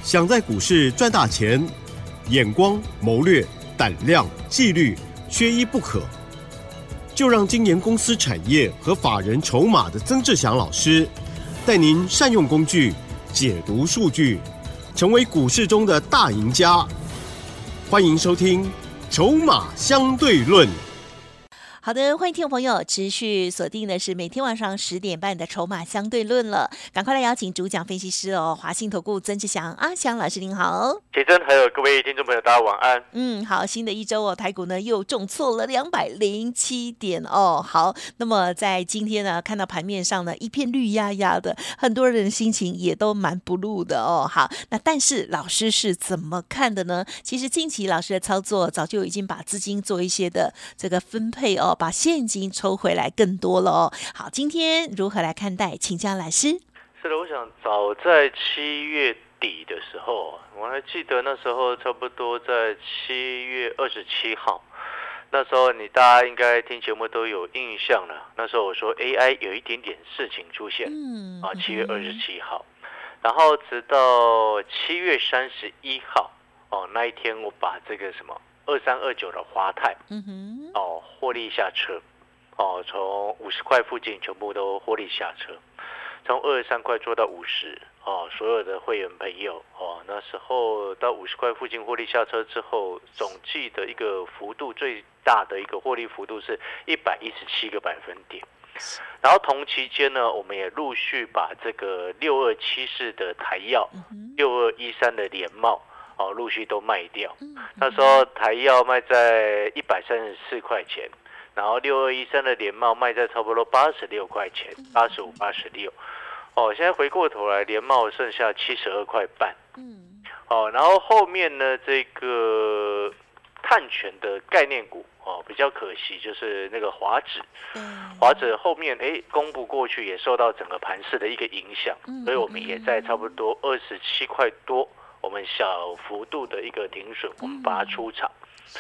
想在股市赚大钱，眼光、谋略、胆量、纪律，缺一不可。就让精研公司产业和法人筹码的曾志祥老师，带您善用工具，解读数据，成为股市中的大赢家。欢迎收听《筹码相对论》。 好的，欢迎听众朋友持续锁定的是每天晚上10点半的筹码相对论了，赶快来邀请主讲分析师华信投顾曾志祥阿祥老师您好。 铁珍还有各位听众朋友大家晚安。 好，新的一周台股呢又重挫了207点好，那么在今天呢看到盘面上呢一片绿压压的，很多人的心情也都蛮不露的好，那但是老师是怎么看的呢？其实近期老师的操作早就已经把资金做一些的这个分配把现金抽回来更多了好，今天如何来看待？请教老师。 是的，我想早在7月底的时候，我还记得那时候差不多在7月27号，那时候大家应该听节目都有印象了。那时候我说 AI 有一点点事情出现，7月27号，然后直到7月31号那一天我把这个什么2329的华泰获利下车从50块附近全部都获利下车，从23块做到50所有的会员朋友那时候到50块附近获利下车之后，总计的一个幅度最大的一个获利幅度是117个百分点。然后同期间呢，我们也陆续把这个6274的台药、6213的联茂陆续都卖掉。那时候台药卖在134块钱，然后6213的联茂卖在差不多86块钱，85、86。现在回过头来，联茂剩下72块半。然后后面呢，这个碳权的概念股比较可惜，就是那个华指。华指后面公布过去也受到整个盘势的一个影响，所以我们也在差不多27块多。我们小幅度的一个停损，我们把它出场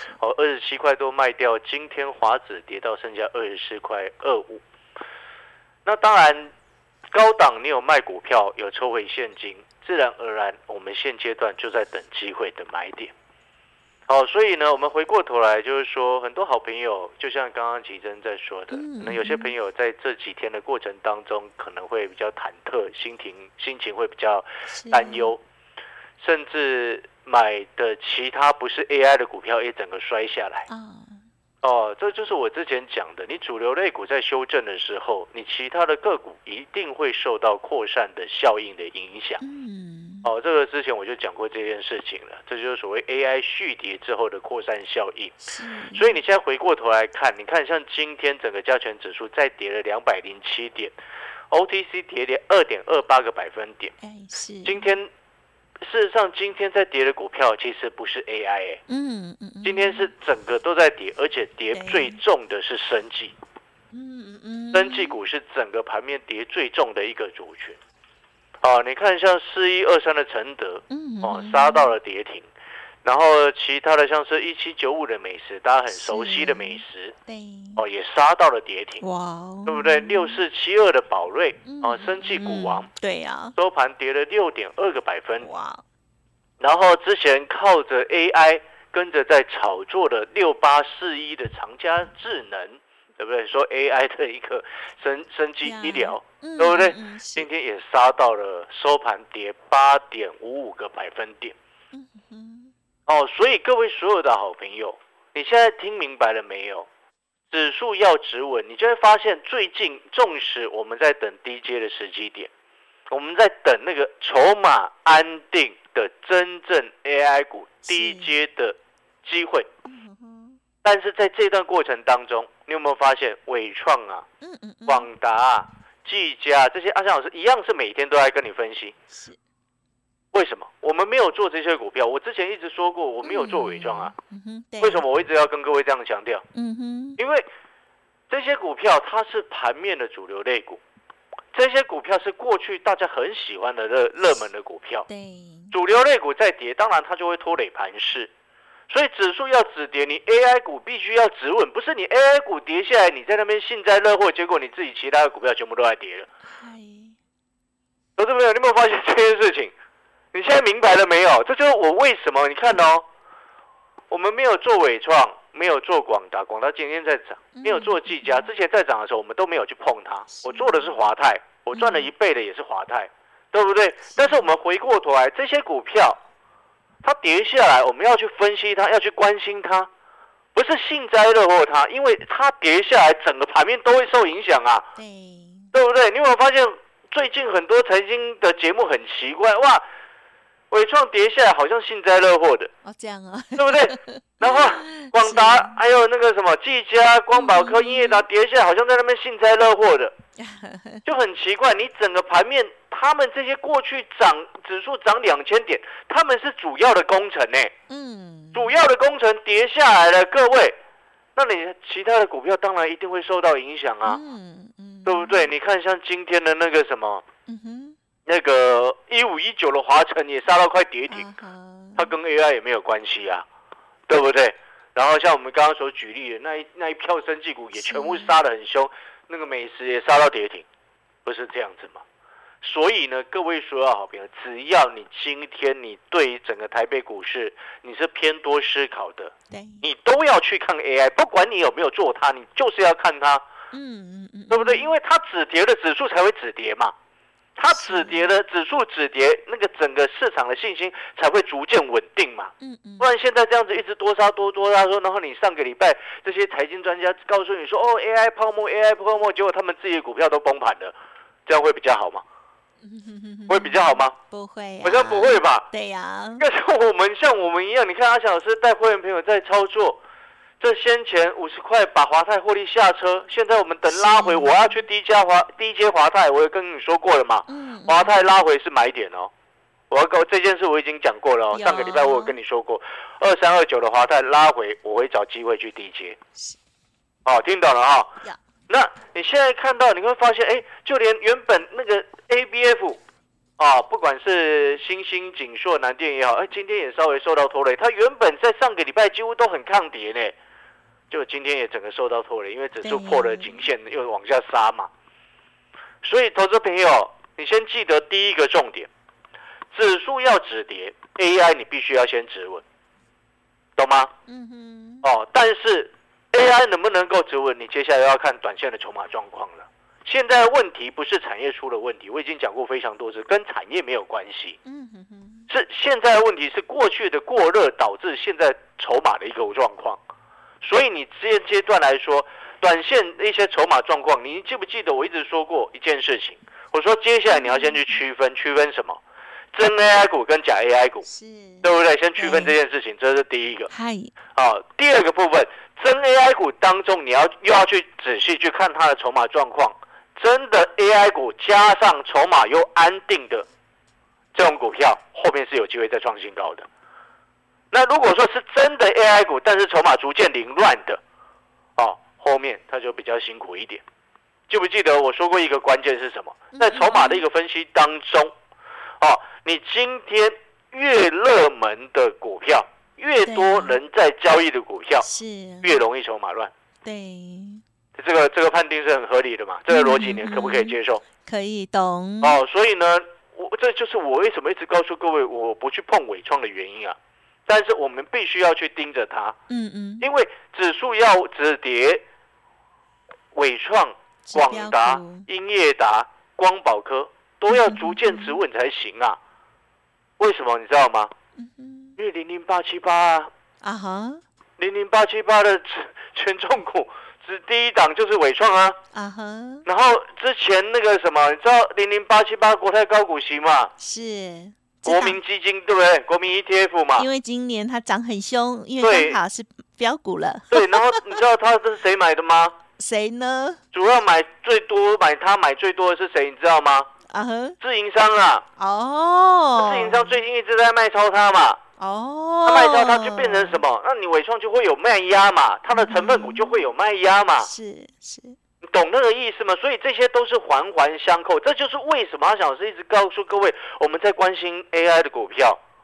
，27块多卖掉。今天华指跌到剩下24块25。那当然，高档你有卖股票，有抽回现金，自然而然，我们现阶段就在等机会的买点。所以呢，我们回过头来就是说，很多好朋友，就像刚刚吉珍在说的，可能有些朋友在这几天的过程当中，可能会比较忐忑，心情会比较担忧。甚至买的其他不是 AI 的股票也整个摔下来。这就是我之前讲的，你主流类股在修正的时候，你其他的个股一定会受到扩散的效应的影响。这个之前我就讲过这件事情了，这就是所谓 AI 续跌之后的扩散效应。所以你现在回过头来看，你看像今天整个加权指数再跌了207点，OTC 跌2.28个百分点。今天事实上，今天在跌的股票其实不是 AI 今天是整个都在跌，而且跌最重的是生技。生技股是整个盘面跌最重的一个族群。你看像4123的承德，杀到了跌停。然后其他的像是1795的美食，大家很熟悉的美食，也杀到了跌停，对不对？6472的宝瑞，生技股王， 对呀， 收盘跌了6.2个百分。然后之前靠着 AI 跟着在炒作的6841的长嘉智能，对不对？说 AI 的一个生技医疗，对不对？今天也杀到了收盘跌8.55个百分点。所以各位所有的好朋友，你现在听明白了没有？指数要止稳，你就会发现最近纵使我们在等低阶的时机点，我们在等那个筹码安定的真正 AI 股低阶的机会。但是在这段过程当中，你有没有发现伟创广达技嘉这些阿翔老师一样是每天都在跟你分析。为什么我们没有做这些股票？我之前一直说过，我没有做伪装为什么我一直要跟各位这样强调？因为这些股票它是盘面的主流类股，这些股票是过去大家很喜欢的热门的股票。主流类股在跌，当然它就会拖累盘势。所以指数要止跌，你 AI 股必须要止稳，不是你 AI 股跌下来，你在那边幸灾乐祸，结果你自己其他的股票全部都在跌了。投资朋友，你有没有发现这件事情？ 你现在明白了没有？这就是我为什么你看哦，我们没有做伟创，没有做广达，广达今天在涨，没有做技嘉，之前在涨的时候我们都没有去碰它。我做的是华泰，我赚了1倍的也是华泰，对不对？但是我们回过头来，这些股票它跌下来，我们要去分析它，要去关心它，不是幸灾乐祸它，因为它跌下来，整个盘面都会受影响啊，对不对？你有没有发现最近很多财经的节目很奇怪哇？伟创跌下来好像幸灾乐祸的这样啊， 对不对？然后广达还有那个什么技嘉、光宝科、英业达跌下来，好像在那边幸灾乐祸的，就很奇怪。你整个盘面，他们这些过去指数涨2000点，他们是主要的工程主要的工程跌下来了，各位，那你其他的股票当然一定会受到影响啊，对不对？你看像今天的那个什么，那个1519的华城也杀到快跌停，它跟 AI 也没有关系啊，对不对？然后像我们刚刚所举例的那一票生技股也全部杀得很凶，那个美食也杀到跌停，不是这样子吗？所以呢，各位所有好朋友，只要你今天你对于整个台北股市你是偏多思考的，你都要去看 AI， 不管你有没有做它，你就是要看它，对不对？因为它止跌的指数才会止跌嘛。它止跌的指数止跌，那个整个市场的信心才会逐渐稳定嘛。不然现在这样子一直多杀多杀说，然后你上个礼拜这些财经专家告诉你说哦 AI 泡沫 AI 泡沫，结果他们自己的股票都崩盘了，这样会比较好吗？会比较好吗？ 不会， 好像不会吧？ 对呀。 但是像我们一样，你看阿翔老师带会员朋友在操作。这先前50块把华泰获利下车，现在我们等拉回，我要去低阶华泰，我也跟你说过了嘛。华泰拉回是买点哦。这件事我已经讲过了哦，上个礼拜我有跟你说过，2329的华泰拉回，我会找机会去低阶。听懂了哈？那你现在看到，你会发现，就连原本那个 ABF 不管是新兴、景硕、南电也好，今天也稍微受到拖累。它原本在上个礼拜几乎都很抗跌呢。就今天也整个受到拖累，因为指数破了颈线，又往下杀嘛。所以，投资朋友，你先记得第一个重点：指数要止跌 ，AI 你必须要先止稳，懂吗？但是 AI 能不能够止稳，你接下来要看短线的筹码状况了。现在问题不是产业出了问题，我已经讲过非常多次，跟产业没有关系。是现在的问题是过去的过热导致现在筹码的一个状况。所以你现阶段来说，短线的一些筹码状况，你记不记得我一直说过一件事情？我说接下来你要先去区分什么？真 AI 股跟假 AI 股，对不对？先区分这件事情，这是第一个。第二个部分，真 AI 股当中，你又要去仔细去看它的筹码状况。真的 AI 股加上筹码又安定的这种股票，后面是有机会再创新高的。那如果说是真的 AI 股，但是筹码逐渐凌乱的，后面它就比较辛苦一点。记不记得我说过一个关键是什么？在筹码的一个分析当中，你今天越热门的股票，越多人在交易的股票，越容易筹码乱。 对， 这个判定是很合理的嘛？这个逻辑你可不可以接受？ 可以懂。 所以呢，这就是我为什么一直告诉各位，我不去碰伟创的原因啊。但是我们必须要去盯着它，因为指数要止跌，伟创、广达、英业达、光宝科都要逐渐止稳才行啊。为什么你知道吗？因为0087800878的权重股，第一档就是伟创啊。然后之前那个什么，你知道00878国泰高股息嘛？ 是。 国民基金对不对？国民 ETF 嘛， 因为今年它涨很凶，因为刚好是标股了。 对，然后你知道它是谁买的吗？ 谁呢？ 主要买最多的是谁？你知道吗？自营商啊。自营商最近一直在卖超它嘛。它卖超它就变成什么？那你伟创就会有卖压嘛，它的成分股就会有卖压嘛。 是。 你懂那个意思吗？所以这些都是环环相扣，这就是为什么阿翔老师一直告诉各位，我们在关心 AI 的股票，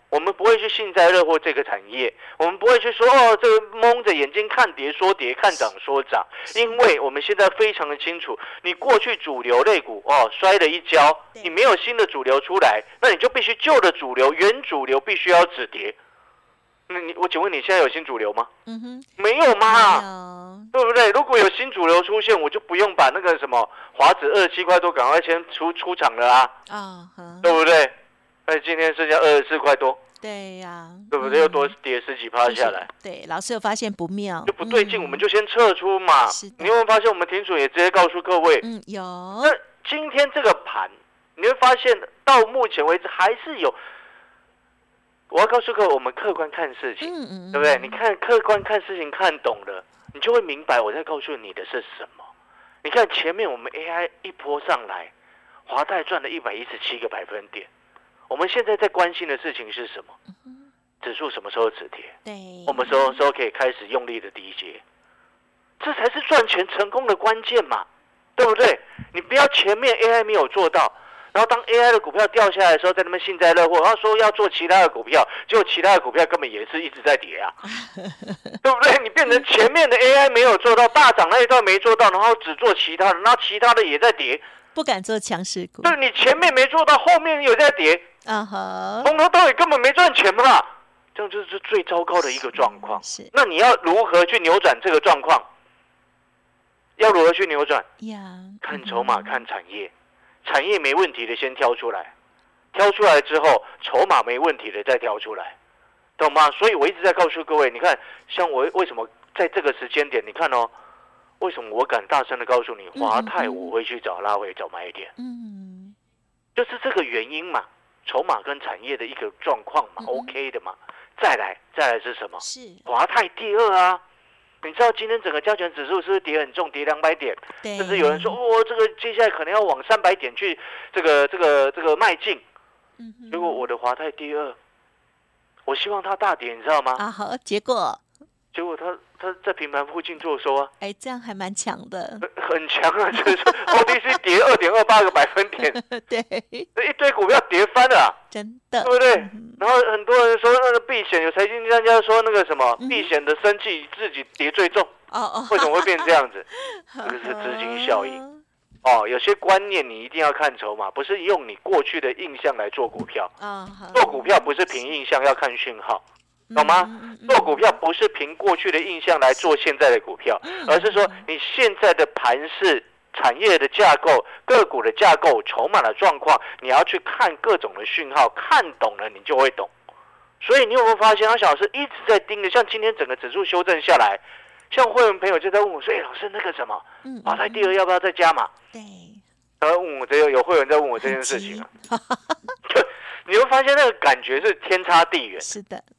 我们不会去幸灾乐祸这个产业，我们不会去说哦，这个蒙着眼睛看跌说跌，看涨说涨，因为我们现在非常的清楚，你过去主流类股摔了一跤，你没有新的主流出来，那你就必须旧的主流原主流必须要止跌。那我请问你现在有新主流吗？没有嘛，对不对？如果有新主流出现，我就不用把那个什么华指27块多赶快先出场了啊，对不对？那今天剩下24块多， 对呀， 对不对？又多跌10几%下来， 对，老师有发现不妙， 就不对劲，我们就先撤出嘛。你有没有发现我们停损也直接告诉各位？ 有。 那今天这个盘，你会发现到目前为止还是有。我要告诉各位，我们客观看事情，对不对？你看客观看事情看懂了，你就会明白我在告诉你的是什么。你看前面我们 AI 一波上来，华泰赚了117个百分点。我们现在在关心的事情是什么？指数什么时候止跌？ 对， 我们什么时候可以开始用力的低接？这才是赚钱成功的关键嘛，对不对？你不要前面 AI 没有做到，然后当 AI 的股票掉下来的时候，在那边幸灾乐祸，然后说要做其他的股票，结果其他的股票根本也是一直在跌啊，对不对？你变成前面的 AI 没有做到，大涨那一段没做到，然后只做其他的，然后其他的也在跌， 不敢做强势股。 对，你前面没做到，后面有在跌，从头到尾根本没赚钱嘛，这样就是最糟糕的一个状况。那你要如何去扭转这个状况？要如何去扭转？看筹码，看产业。产业没问题的先挑出来，挑出来之后，筹码没问题的再挑出来，懂吗？所以我一直在告诉各位，你看，像我为什么在这个时间点，你看哦，为什么我敢大声的告诉你，华泰我会去找拉回找买点，就是这个原因嘛，筹码跟产业的一个状况嘛，OK 的嘛。再来是什么？是华泰第二啊。你知道今天整个加权指数是不是跌很重，跌200点？甚至有人说，这个接下来可能要往300点去这个迈进。结果我的华泰第二，我希望它大跌，你知道吗？ 好，结果它在平盘附近做收啊。 这样还蛮强的。 很强啊，就是说 OTC 跌2.28个百分点。 对， 一堆股票跌翻了， 真的， 对不对？然后很多人说那个避险，有财经专家说那个什么避险的生气自己跌最重。为什么会变这样子？这个是资金效应。有些观念你一定要看筹码，不是用你过去的印象来做股票。做股票不是凭印象，要看讯号。懂吗？做股票不是凭过去的印象来做现在的股票，而是说你现在的盘势、产业的架构、个股的架构、筹码的状况，你要去看各种的讯号，看懂了你就会懂。所以你有没有发现，小老师一直在盯着，像今天整个指数修正下来，像会员朋友就在问我说：“老师，那个什么，华泰第二要不要再加码？”对，然后问我有会员在问我这件事情啊。你会发现那个感觉是天差地远。是的，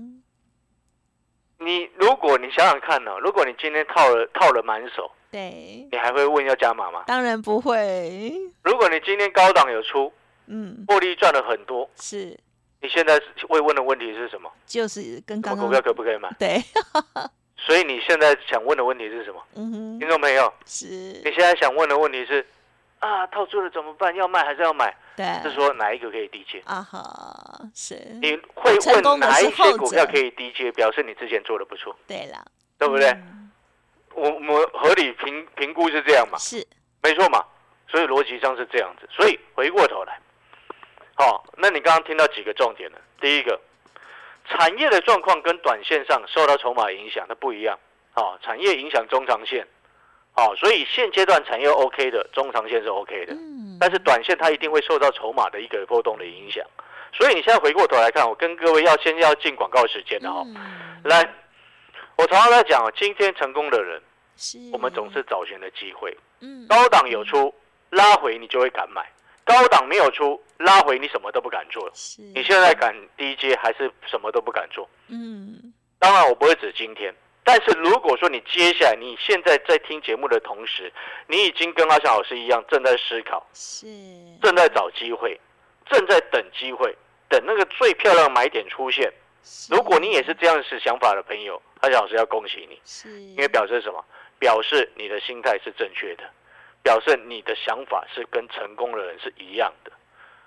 如果你想想看呢，如果你今天套了满手，对，你还会问要加码吗？ 当然不会。 如果你今天高档有出，获利赚了很多， 是， 你现在会问的问题是什么？ 就是跟刚刚股票可不可以买？ 对。 所以你现在想问的问题是什么？听众朋友， 是， 你现在想问的问题是？套住了怎么办？要卖还是要买？ 对， 是说哪一个可以低接？ 是。 你会问哪一些股票可以低接，表示你之前做的不错。 对了， 对不对？我们合理评估是这样嘛？ 是， 没错嘛。所以逻辑上是这样子。所以回过头来，那你刚刚听到几个重点了？第一个，产业的状况跟短线上受到筹码影响，它不一样。产业影响中长线。所以现阶段产业 OK 的，中长线是 OK 的，但是短线它一定会受到筹码的一个波动的影响。所以你现在回过头来看，我跟各位先要进广告时间了来，我常常在讲今天成功的人，我们总是找寻的机会。高档有出，拉回你就会敢买；高档没有出，拉回你什么都不敢做。你现在敢低接还是什么都不敢做？当然我不会指今天。但是如果说你接下来你现在在听节目的同时，你已经跟阿翔老师一样正在思考，正在找机会，正在等机会，等那个最漂亮的买点出现。如果你也是这样子想法的朋友，阿翔老师要恭喜你，因为表示什么？表示你的心态是正确的，表示你的想法是跟成功的人是一样的。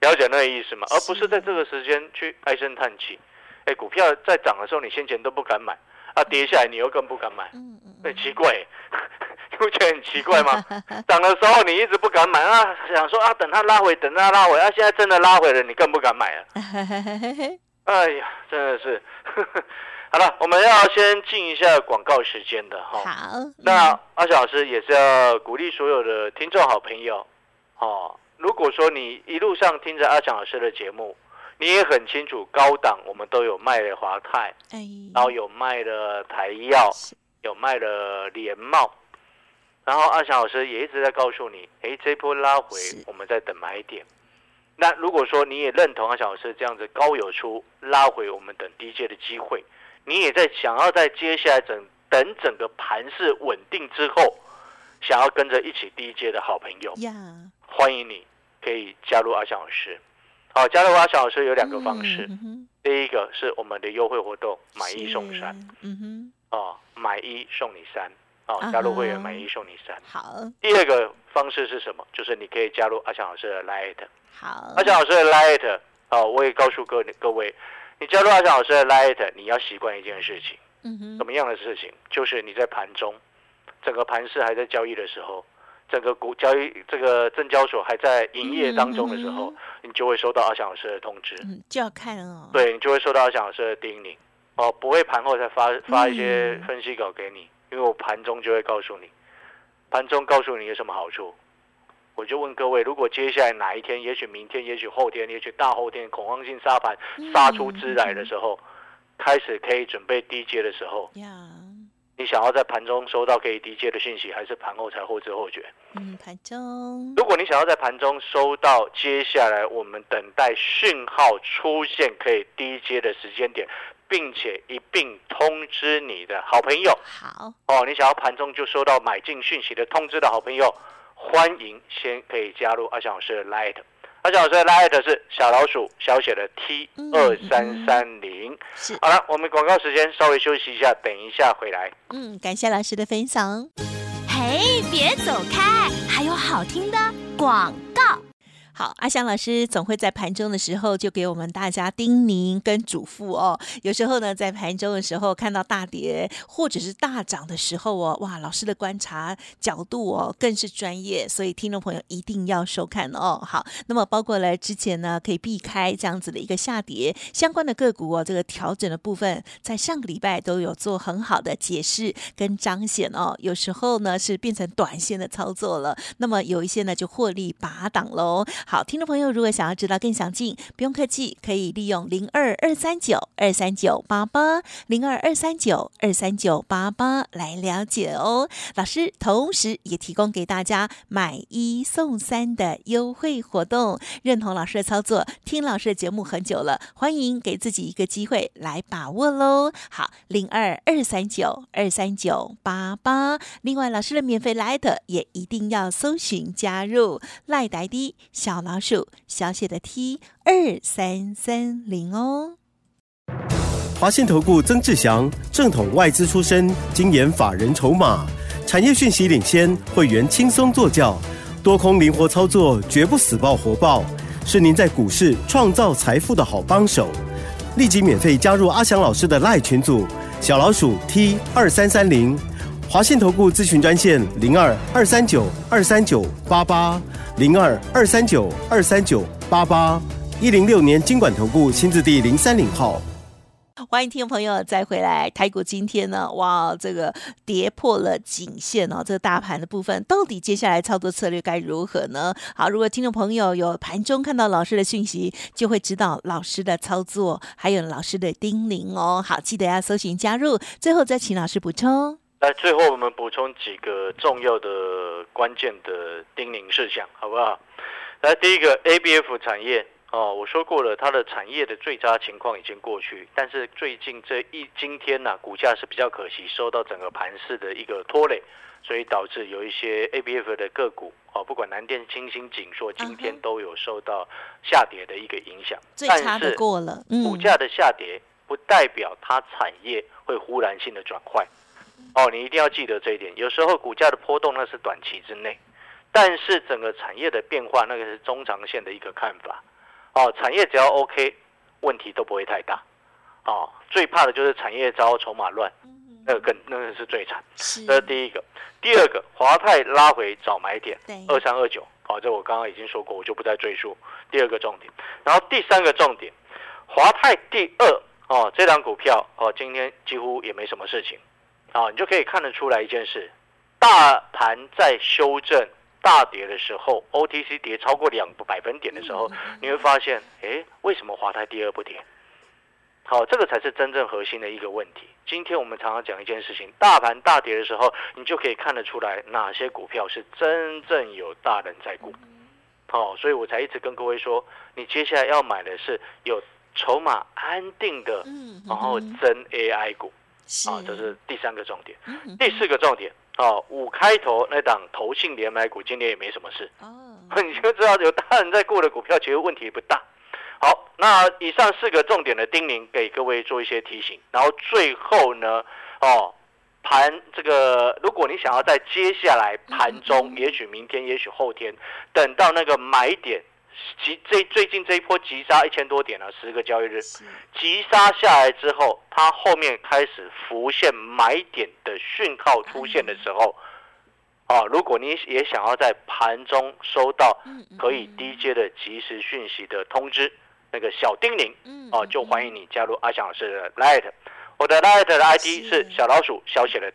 了解那个意思吗？而不是在这个时间去唉声叹气。股票在涨的时候你先前都不敢买，跌下来你又更不敢买，很奇怪，你不觉得很奇怪吗？涨的时候你一直不敢买想说等它拉回，等它拉回，现在真的拉回了，你更不敢买了。哎呀，真的是。好了，我们要先进一下广告时间的哈。 好， 那阿翔老师也是要鼓励所有的听众好朋友如果说你一路上听着阿翔老师的节目，你也很清楚高档我们都有卖的华泰，然后有卖的台药，有卖的联茂，然后阿翔老师也一直在告诉你，这波拉回我们在等买点。那如果说你也认同阿翔老师这样子高有出拉回我们等低阶的机会，你也在想要在接下来等整个盘势稳定之后，想要跟着一起低阶的好朋友，欢迎你可以加入阿翔老师。加入阿翔老师有2个方式，第一个是我们的优惠活动，买1送3，买1送你3，加入会员买1送你3。好。第2个方式是什么？就是你可以加入阿翔老师的 Lite。好。阿翔老师的 Lite，我也告诉各位，你加入阿翔老师的 Lite， 你要习惯一件事情，什么样的事情？就是你在盘中，整个盘势还在交易的时候。整个交易这个证交所还在营业当中的时候，你就会收到阿翔老师的通知， 就要看哦。 对，你就会收到阿翔老师的叮咛不会盘后再发一些分析稿给你，因为我盘中就会告诉你，盘中告诉你有什么好处。我就问各位，如果接下来哪一天，也许明天，也许后天，也许大后天，恐慌性杀盘杀出资来的时候，开始可以准备低接的时候，你想要在盘中收到可以低接的讯息，还是盘后才后知后觉？ 盘中。 如果你想要在盘中收到接下来我们等待讯号出现可以低接的时间点，并且一并通知你的好朋友，你想要盘中就收到买进讯息的通知的好朋友，欢迎先可以加入阿翔老师的 Lite。阿翔老师的 Lite 是小老鼠小写的 T2330。好了，我们广告时间稍微休息一下，等一下回来。 感谢老师的分享。 嘿，别走开，还有好听的广告。 好，阿翔老师总会在盘中的时候就给我们大家叮咛跟嘱咐哦。有时候呢，在盘中的时候看到大跌或者是大涨的时候哇，老师的观察角度更是专业，所以听众朋友一定要收看哦。好，那么包括了之前呢可以避开这样子的一个下跌相关的个股这个调整的部分，在上个礼拜都有做很好的解释跟彰显哦。有时候呢是变成短线的操作了，那么有一些呢就获利拔档喽。好，听众朋友，如果想要知道更详尽，不用客气，可以利用02-239-23988，02-239-23988来了解哦。老师同时也提供给大家买1送3的优惠活动，认同老师的操作，听老师的节目很久了，欢迎给自己一个机会来把握喽。好，02-239-23988，另外老师的免费 Lite 也一定要搜寻加入 Lite ID小老鼠小写的 T2330哦。 华信投顾曾志祥，正统外资出身，精研法人筹码，产业讯息领先，会员轻松做教，多空灵活操作，绝不死抱活抱，是您在股市创造财富的好帮手。立即免费加入阿翔老师的 LINE 群组，小老鼠 T2330，华信投顾咨询专线02-239-23988，02-239-23988，106年金管投顾新字第030号。 欢迎听众朋友再回来。台股今天呢，哇，这个跌破了颈线哦，这个大盘的部分到底接下来操作策略该如何呢？好，如果听众朋友有盘中看到老师的讯息，就会知道老师的操作还有老师的叮咛哦。好，记得要搜寻加入，最后再请老师补充。 来，最后我们补充几个重要的关键的叮咛事项，好不好？来，第一个 ABF 产业。我说过了，它的产业的最差情况已经过去，但是最近今天呢，股价是比较可惜，受到整个盘势的一个拖累，所以导致有一些 ABF 的个股不管南电、清新、景硕，今天都有受到下跌的一个影响。 最差的过了， 股价的下跌不代表它产业会忽然性的转坏。你一定要记得这一点。有时候股价的波动那සි短期之内，但是整个产业的变化那个是中长线的一个看法。所以我们要把握住这个机会，来把握住这个机会。好， 产业只要 OK， 问题都不会太大。最怕的就是产业糟、筹码乱，那个是最惨。这是第一个。第二个，华泰拉回早买点，2329。这我刚刚已经说过，我就不再赘述。第二个重点，然后第三个重点，华泰第二这档股票今天几乎也没什么事情你就可以看得出来一件事，大盘在修正大跌的时候 ，OTC 跌超过2百分点的时候，你会发现，为什么华泰第二不跌？这个才是真正核心的一个问题。今天我们常常讲一件事情，大盘大跌的时候，你就可以看得出来哪些股票是真正有大人在顾。所以我才一直跟各位说，你接下来要买的是有筹码安定的，然后真 AI 股。这是第三个重点。第四个重点，5开头那档投信连买股，今天也没什么事。你就知道有大人在顾的股票，其实问题不大。好，那以上4个重点的叮咛给各位做一些提醒，然后最后呢，盘这个，如果你想要在接下来盘中，也许明天，也许后天，等到那个买点，最近这一波急杀1000多点了，10个交易日，急杀下来之后，它后面开始浮现买点的讯号出现的时候，如果你也想要在盘中收到可以低阶的即时讯息的通知。那个小叮咛就欢迎你加入阿翔老师的 Light， 我的 Light 的 ID 是小老鼠小写的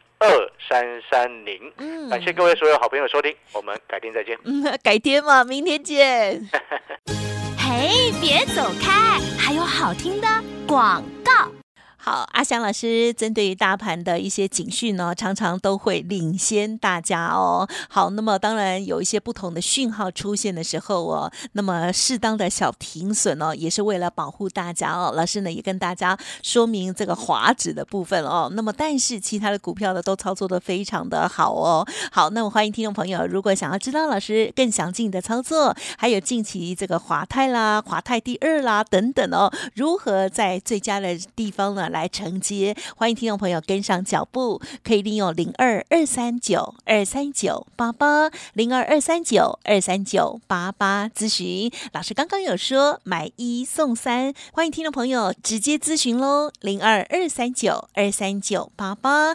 T2330。感谢各位所有好朋友收听，我们改天再见。 改天嘛，明天见。 嘿，别走开，还有好听的广告。 好，阿翔老师针对于大盘的一些警讯呢，常常都会领先大家哦。好，那么当然有一些不同的讯号出现的时候那么适当的小停损也是为了保护大家老师呢也跟大家说明这个华指的部分那么但是其他的股票呢都操作的非常的好好，那我欢迎听众朋友，如果想要知道老师更详尽的操作，还有近期这个华泰啦、华泰第二啦等等如何在最佳的地方呢来承接，欢迎听众朋友跟上脚步，可以利用02-239-23988 02-239-23988咨询。老师刚刚有说买1送3，欢迎听众朋友直接咨询咯02-239-23988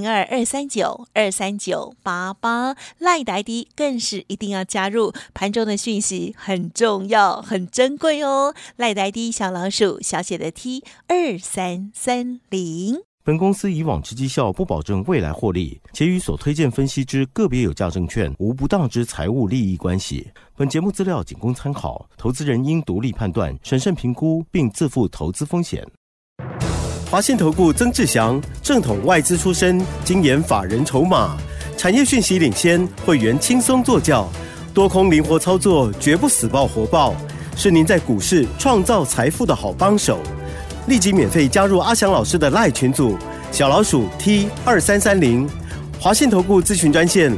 02-239-23988 LINE 的 ID 更是一定要加入，盘中的讯息很重要很珍贵LINE 的 ID 小老鼠小写的 T2330。 本公司以往之绩效不保证未来获利，且与所推荐分析之个别有价证券无不当之财务利益关系。本节目资料仅供参考，投资人应独立判断、审慎评估，并自负投资风险。华信投顾曾志祥，正统外资出身，精研法人筹码，产业讯息领先，会员轻松做教，多空灵活操作，绝不死抱活抱，是您在股市创造财富的好帮手。立即免费加入阿翔老师的 LINE 群组，小老鼠 T2330， 华信投顾咨询专线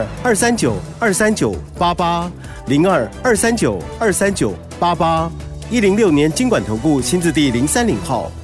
02-239-23988 02-239-23988 106年金管投顾新字第030号。